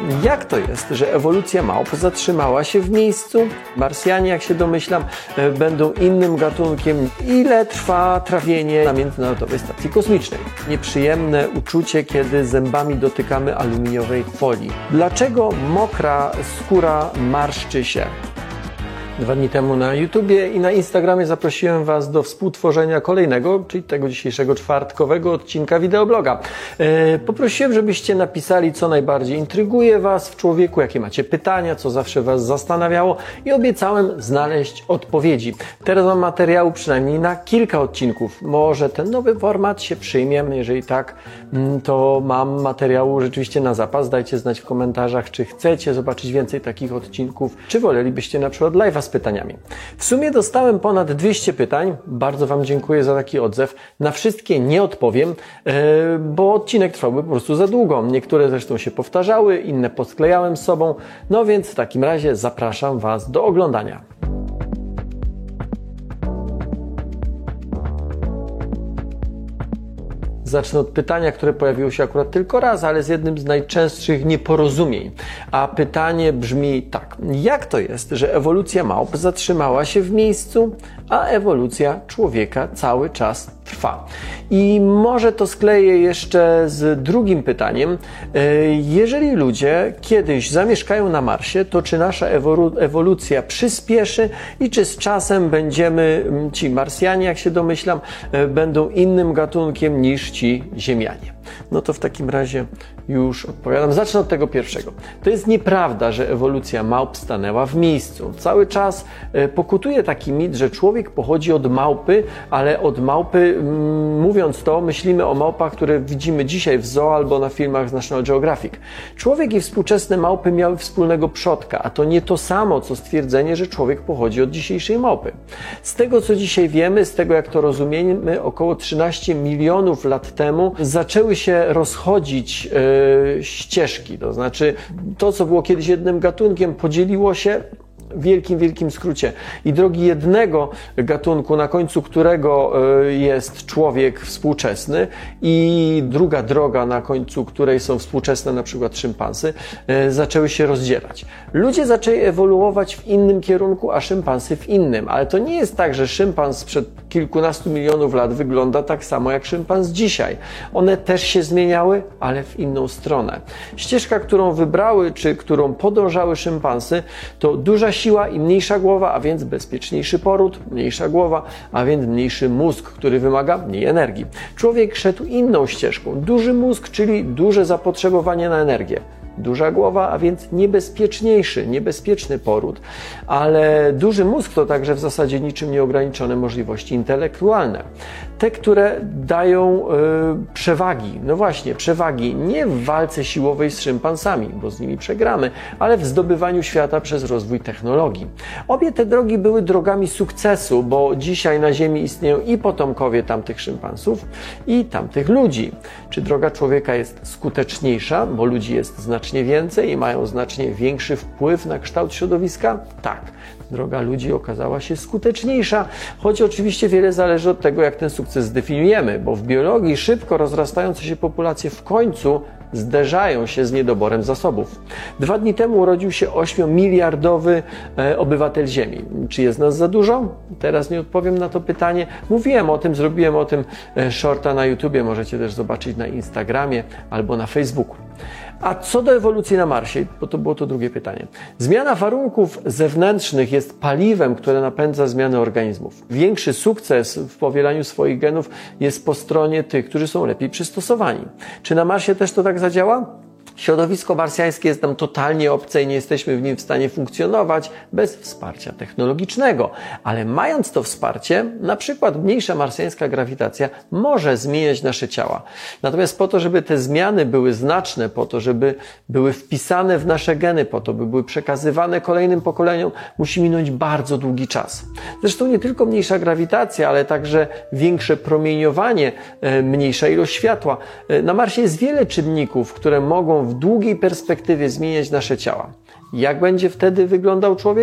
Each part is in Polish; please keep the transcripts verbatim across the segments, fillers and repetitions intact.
Jak to jest, że ewolucja małp zatrzymała się w miejscu? Marsjanie, jak się domyślam, będą innym gatunkiem. Ile trwa trawienie na Międzynarodowej Stacji Kosmicznej? Nieprzyjemne uczucie, kiedy zębami dotykamy aluminiowej folii. Dlaczego mokra skóra marszczy się? Dwa dni temu na YouTubie i na Instagramie zaprosiłem Was do współtworzenia kolejnego, czyli tego dzisiejszego czwartkowego odcinka wideobloga. E, poprosiłem, żebyście napisali, co najbardziej intryguje Was w człowieku, jakie macie pytania, co zawsze Was zastanawiało i obiecałem znaleźć odpowiedzi. Teraz mam materiału przynajmniej na kilka odcinków. Może ten nowy format się przyjmie, jeżeli tak, to mam materiału rzeczywiście na zapas. Dajcie znać w komentarzach, czy chcecie zobaczyć więcej takich odcinków, czy wolelibyście na przykład live'a z pytaniami. W sumie dostałem ponad dwieście pytań. Bardzo Wam dziękuję za taki odzew. Na wszystkie nie odpowiem, bo odcinek trwałby po prostu za długo. Niektóre zresztą się powtarzały, inne posklejałem z sobą. No więc w takim razie zapraszam Was do oglądania. Zacznę od pytania, które pojawiło się akurat tylko raz, ale z jednym z najczęstszych nieporozumień. A pytanie brzmi tak. Jak to jest, że ewolucja małp zatrzymała się w miejscu, a ewolucja człowieka cały czas trwa? I może to skleję jeszcze z drugim pytaniem. Jeżeli ludzie kiedyś zamieszkają na Marsie, to czy nasza ewolucja przyspieszy i czy z czasem będziemy, ci Marsjanie, jak się domyślam, będą innym gatunkiem niż ci Ziemianie? No to w takim razie już odpowiadam. Zacznę od tego pierwszego. To jest nieprawda, że ewolucja małp stanęła w miejscu. Cały czas pokutuje taki mit, że człowiek pochodzi od małpy, ale od małpy, mówiąc to, myślimy o małpach, które widzimy dzisiaj w zoo albo na filmach z National Geographic. Człowiek i współczesne małpy miały wspólnego przodka, a to nie to samo, co stwierdzenie, że człowiek pochodzi od dzisiejszej małpy. Z tego, co dzisiaj wiemy, z tego, jak to rozumiemy, około trzynaście milionów lat temu zaczęły się rozchodzić yy, ścieżki, to znaczy to, co było kiedyś jednym gatunkiem, podzieliło się w wielkim, wielkim skrócie. I drogi jednego gatunku, na końcu którego jest człowiek współczesny, i druga droga, na końcu której są współczesne na przykład szympansy, zaczęły się rozdzielać. Ludzie zaczęli ewoluować w innym kierunku, a szympansy w innym. Ale to nie jest tak, że szympans sprzed kilkunastu milionów lat wygląda tak samo jak szympans dzisiaj. One też się zmieniały, ale w inną stronę. Ścieżka, którą wybrały, czy którą podążały szympansy, to duża siła i mniejsza głowa, a więc bezpieczniejszy poród, mniejsza głowa, a więc mniejszy mózg, który wymaga mniej energii. Człowiek szedł inną ścieżką. Duży mózg, czyli duże zapotrzebowanie na energię. Duża głowa, a więc niebezpieczniejszy, niebezpieczny poród, ale duży mózg to także w zasadzie niczym nieograniczone możliwości intelektualne. Te, które dają yy, przewagi, no właśnie, przewagi nie w walce siłowej z szympansami, bo z nimi przegramy, ale w zdobywaniu świata przez rozwój technologii. Obie te drogi były drogami sukcesu, bo dzisiaj na Ziemi istnieją i potomkowie tamtych szympansów, i tamtych ludzi. Czy droga człowieka jest skuteczniejsza, bo ludzi jest znacznie więcej i mają znacznie większy wpływ na kształt środowiska? Tak. Droga ludzi okazała się skuteczniejsza, choć oczywiście wiele zależy od tego, jak ten sukces zdefiniujemy, bo w biologii szybko rozrastające się populacje w końcu zderzają się z niedoborem zasobów. Dwa dni temu urodził się ośmiomiliardowy e, obywatel Ziemi. Czy jest nas za dużo? Teraz nie odpowiem na to pytanie. Mówiłem o tym, zrobiłem o tym e, shorta na YouTubie, możecie też zobaczyć na Instagramie albo na Facebooku. A co do ewolucji na Marsie, bo to było to drugie pytanie. Zmiana warunków zewnętrznych jest paliwem, które napędza zmianę organizmów. Większy sukces w powielaniu swoich genów jest po stronie tych, którzy są lepiej przystosowani. Czy na Marsie też to tak zadziała? Środowisko marsjańskie jest nam totalnie obce i nie jesteśmy w nim w stanie funkcjonować bez wsparcia technologicznego. Ale mając to wsparcie, na przykład mniejsza marsjańska grawitacja może zmieniać nasze ciała. Natomiast po to, żeby te zmiany były znaczne, po to, żeby były wpisane w nasze geny, po to, by były przekazywane kolejnym pokoleniom, musi minąć bardzo długi czas. Zresztą nie tylko mniejsza grawitacja, ale także większe promieniowanie, mniejsza ilość światła. Na Marsie jest wiele czynników, które mogą w długiej perspektywie zmieniać nasze ciała. Jak będzie wtedy wyglądał człowiek?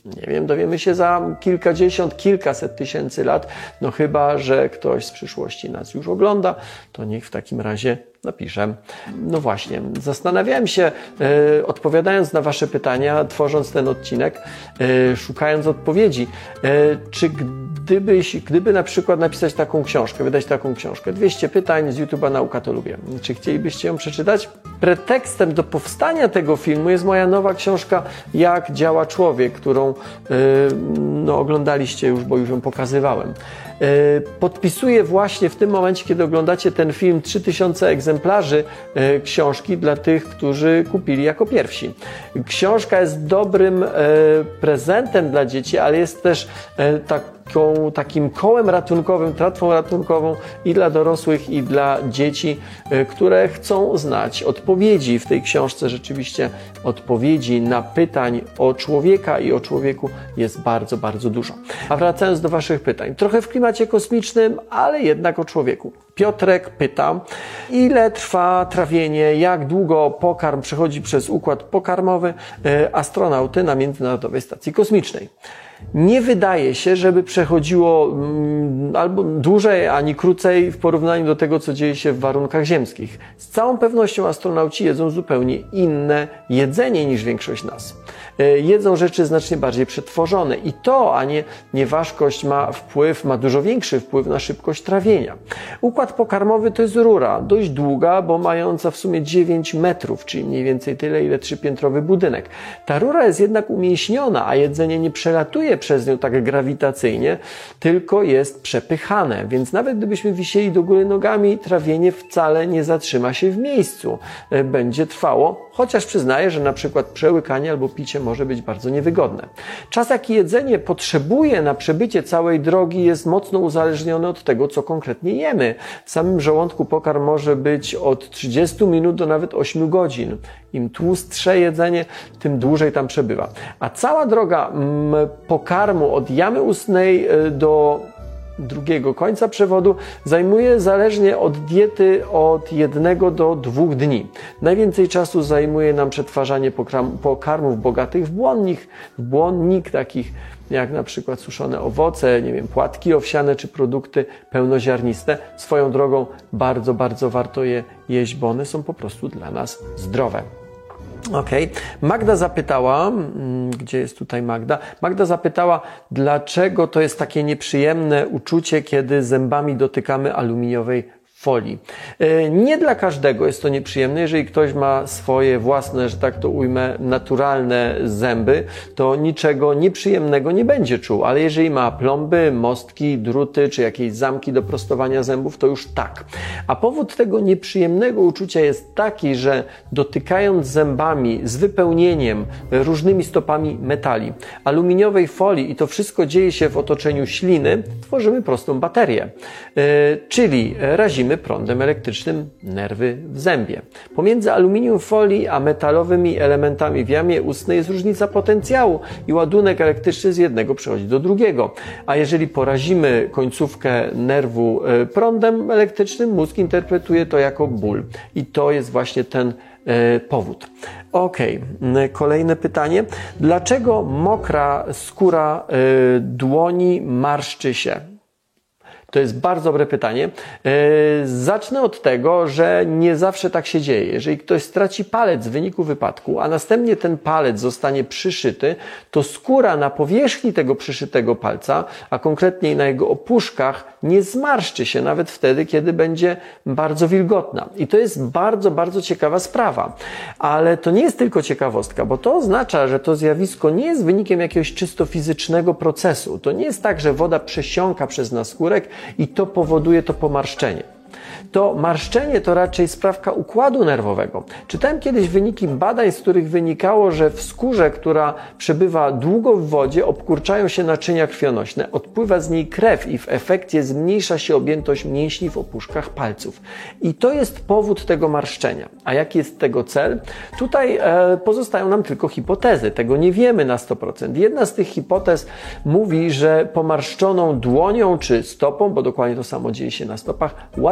Nie wiem, dowiemy się za kilkadziesiąt, kilkaset tysięcy lat, no chyba że ktoś z przyszłości nas już ogląda, to niech w takim razie napiszę. No właśnie, zastanawiałem się, e, odpowiadając na Wasze pytania, tworząc ten odcinek, e, szukając odpowiedzi, e, czy gdybyś, gdyby na przykład napisać taką książkę, wydać taką książkę, dwieście pytań z YouTube'a Nauka to lubię. Czy chcielibyście ją przeczytać? Pretekstem do powstania tego filmu jest moja nowa książka Jak działa człowiek, którą yy, no, oglądaliście już, bo już ją pokazywałem. Yy, podpisuję właśnie w tym momencie, kiedy oglądacie ten film, trzy tysiące egzemplarzy yy, książki dla tych, którzy kupili jako pierwsi. Książka jest dobrym yy, prezentem dla dzieci, ale jest też yy, tak Taką, takim kołem ratunkowym, tratwą ratunkową i dla dorosłych, i dla dzieci, które chcą znać odpowiedzi. W tej książce rzeczywiście odpowiedzi na pytań o człowieka i o człowieku jest bardzo, bardzo dużo. A wracając do Waszych pytań, trochę w klimacie kosmicznym, ale jednak o człowieku. Piotrek pyta, ile trwa trawienie, jak długo pokarm przechodzi przez układ pokarmowy astronauty na Międzynarodowej Stacji Kosmicznej. Nie wydaje się, żeby przechodziło mm, albo dłużej, ani krócej w porównaniu do tego, co dzieje się w warunkach ziemskich. Z całą pewnością astronauci jedzą zupełnie inne jedzenie niż większość nas. Jedzą rzeczy znacznie bardziej przetworzone i to, a nie, nie ważkość ma wpływ, ma dużo większy wpływ na szybkość trawienia. Układ pokarmowy to jest rura, dość długa, bo mająca w sumie dziewięć metrów, czyli mniej więcej tyle, ile trzypiętrowy budynek. Ta rura jest jednak umięśniona, a jedzenie nie przelatuje przez nią tak grawitacyjnie, tylko jest przepychane, więc nawet gdybyśmy wisieli do góry nogami, trawienie wcale nie zatrzyma się w miejscu. Będzie trwało, chociaż przyznaję, że na przykład przełykanie albo picie może być bardzo niewygodne. Czas, jaki jedzenie potrzebuje na przebycie całej drogi, jest mocno uzależniony od tego, co konkretnie jemy. W samym żołądku pokarm może być od trzydziestu minut do nawet ośmiu godzin. Im tłustsze jedzenie, tym dłużej tam przebywa. A cała droga mm, pokarmu od jamy ustnej do drugiego końca przewodu zajmuje zależnie od diety od jednego do dwóch dni. Najwięcej czasu zajmuje nam przetwarzanie pokarmów bogatych w błonnik, w błonnik takich jak na przykład suszone owoce, nie wiem, płatki owsiane czy produkty pełnoziarniste. Swoją drogą bardzo, bardzo warto je jeść, bo one są po prostu dla nas zdrowe. Okej. Okay. Magda zapytała, gdzie jest tutaj Magda? Magda zapytała, dlaczego to jest takie nieprzyjemne uczucie, kiedy zębami dotykamy aluminiowej folii. Nie dla każdego jest to nieprzyjemne. Jeżeli ktoś ma swoje własne, że tak to ujmę, naturalne zęby, to niczego nieprzyjemnego nie będzie czuł, ale jeżeli ma plomby, mostki, druty czy jakieś zamki do prostowania zębów, to już tak. A powód tego nieprzyjemnego uczucia jest taki, że dotykając zębami z wypełnieniem różnymi stopami metali, aluminiowej folii i to wszystko dzieje się w otoczeniu śliny, tworzymy prostą baterię, yy, czyli razimy prądem elektrycznym nerwy w zębie. Pomiędzy aluminium folii a metalowymi elementami w jamie ustnej jest różnica potencjału i ładunek elektryczny z jednego przechodzi do drugiego. A jeżeli porazimy końcówkę nerwu prądem elektrycznym, mózg interpretuje to jako ból. I to jest właśnie ten e, powód. Ok, kolejne pytanie. Dlaczego mokra skóra e, dłoni marszczy się? To jest bardzo dobre pytanie. Zacznę od tego, że nie zawsze tak się dzieje. Jeżeli ktoś straci palec w wyniku wypadku, a następnie ten palec zostanie przyszyty, to skóra na powierzchni tego przyszytego palca, a konkretniej na jego opuszkach, nie zmarszczy się nawet wtedy, kiedy będzie bardzo wilgotna. I to jest bardzo, bardzo ciekawa sprawa. Ale to nie jest tylko ciekawostka, bo to oznacza, że to zjawisko nie jest wynikiem jakiegoś czysto fizycznego procesu. To nie jest tak, że woda przesiąka przez naskórek i to powoduje to pomarszczenie. To marszczenie to raczej sprawka układu nerwowego. Czytałem kiedyś wyniki badań, z których wynikało, że w skórze, która przebywa długo w wodzie, obkurczają się naczynia krwionośne, odpływa z niej krew i w efekcie zmniejsza się objętość mięśni w opuszkach palców. I to jest powód tego marszczenia. A jaki jest tego cel? Tutaj e, pozostają nam tylko hipotezy. Tego nie wiemy na sto procent. Jedna z tych hipotez mówi, że pomarszczoną dłonią czy stopą, bo dokładnie to samo dzieje się na stopach, łatwiej jest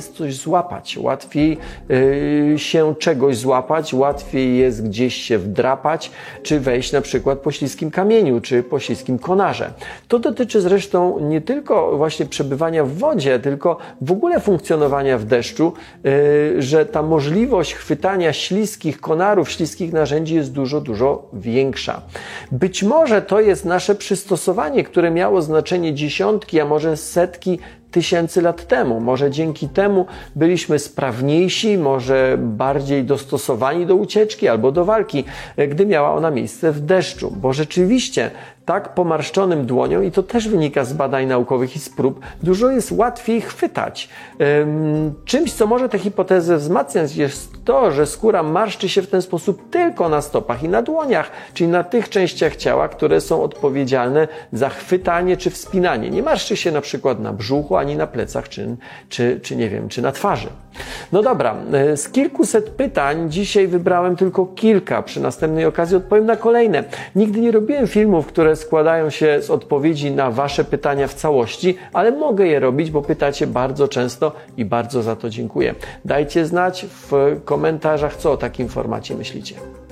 jest coś złapać, łatwiej yy, się czegoś złapać, łatwiej jest gdzieś się wdrapać, czy wejść na przykład po śliskim kamieniu, czy po śliskim konarze. To dotyczy zresztą nie tylko właśnie przebywania w wodzie, tylko w ogóle funkcjonowania w deszczu, yy, że ta możliwość chwytania śliskich konarów, śliskich narzędzi jest dużo, dużo większa. Być może to jest nasze przystosowanie, które miało znaczenie dziesiątki, a może setki tysięcy lat temu. Może dzięki temu byliśmy sprawniejsi, może bardziej dostosowani do ucieczki albo do walki, gdy miała ona miejsce w deszczu. Bo rzeczywiście tak pomarszczonym dłonią, i to też wynika z badań naukowych i z prób, dużo jest łatwiej chwytać. Czymś, co może tę hipotezę wzmacniać, jest to, że skóra marszczy się w ten sposób tylko na stopach i na dłoniach, czyli na tych częściach ciała, które są odpowiedzialne za chwytanie czy wspinanie. Nie marszczy się na przykład na brzuchu, ani na plecach, czy, czy, czy nie wiem, czy na twarzy. No dobra, z kilkuset pytań dzisiaj wybrałem tylko kilka. Przy następnej okazji odpowiem na kolejne. Nigdy nie robiłem filmów, które składają się z odpowiedzi na Wasze pytania w całości, ale mogę je robić, bo pytacie bardzo często i bardzo za to dziękuję. Dajcie znać w komentarzach, co o takim formacie myślicie.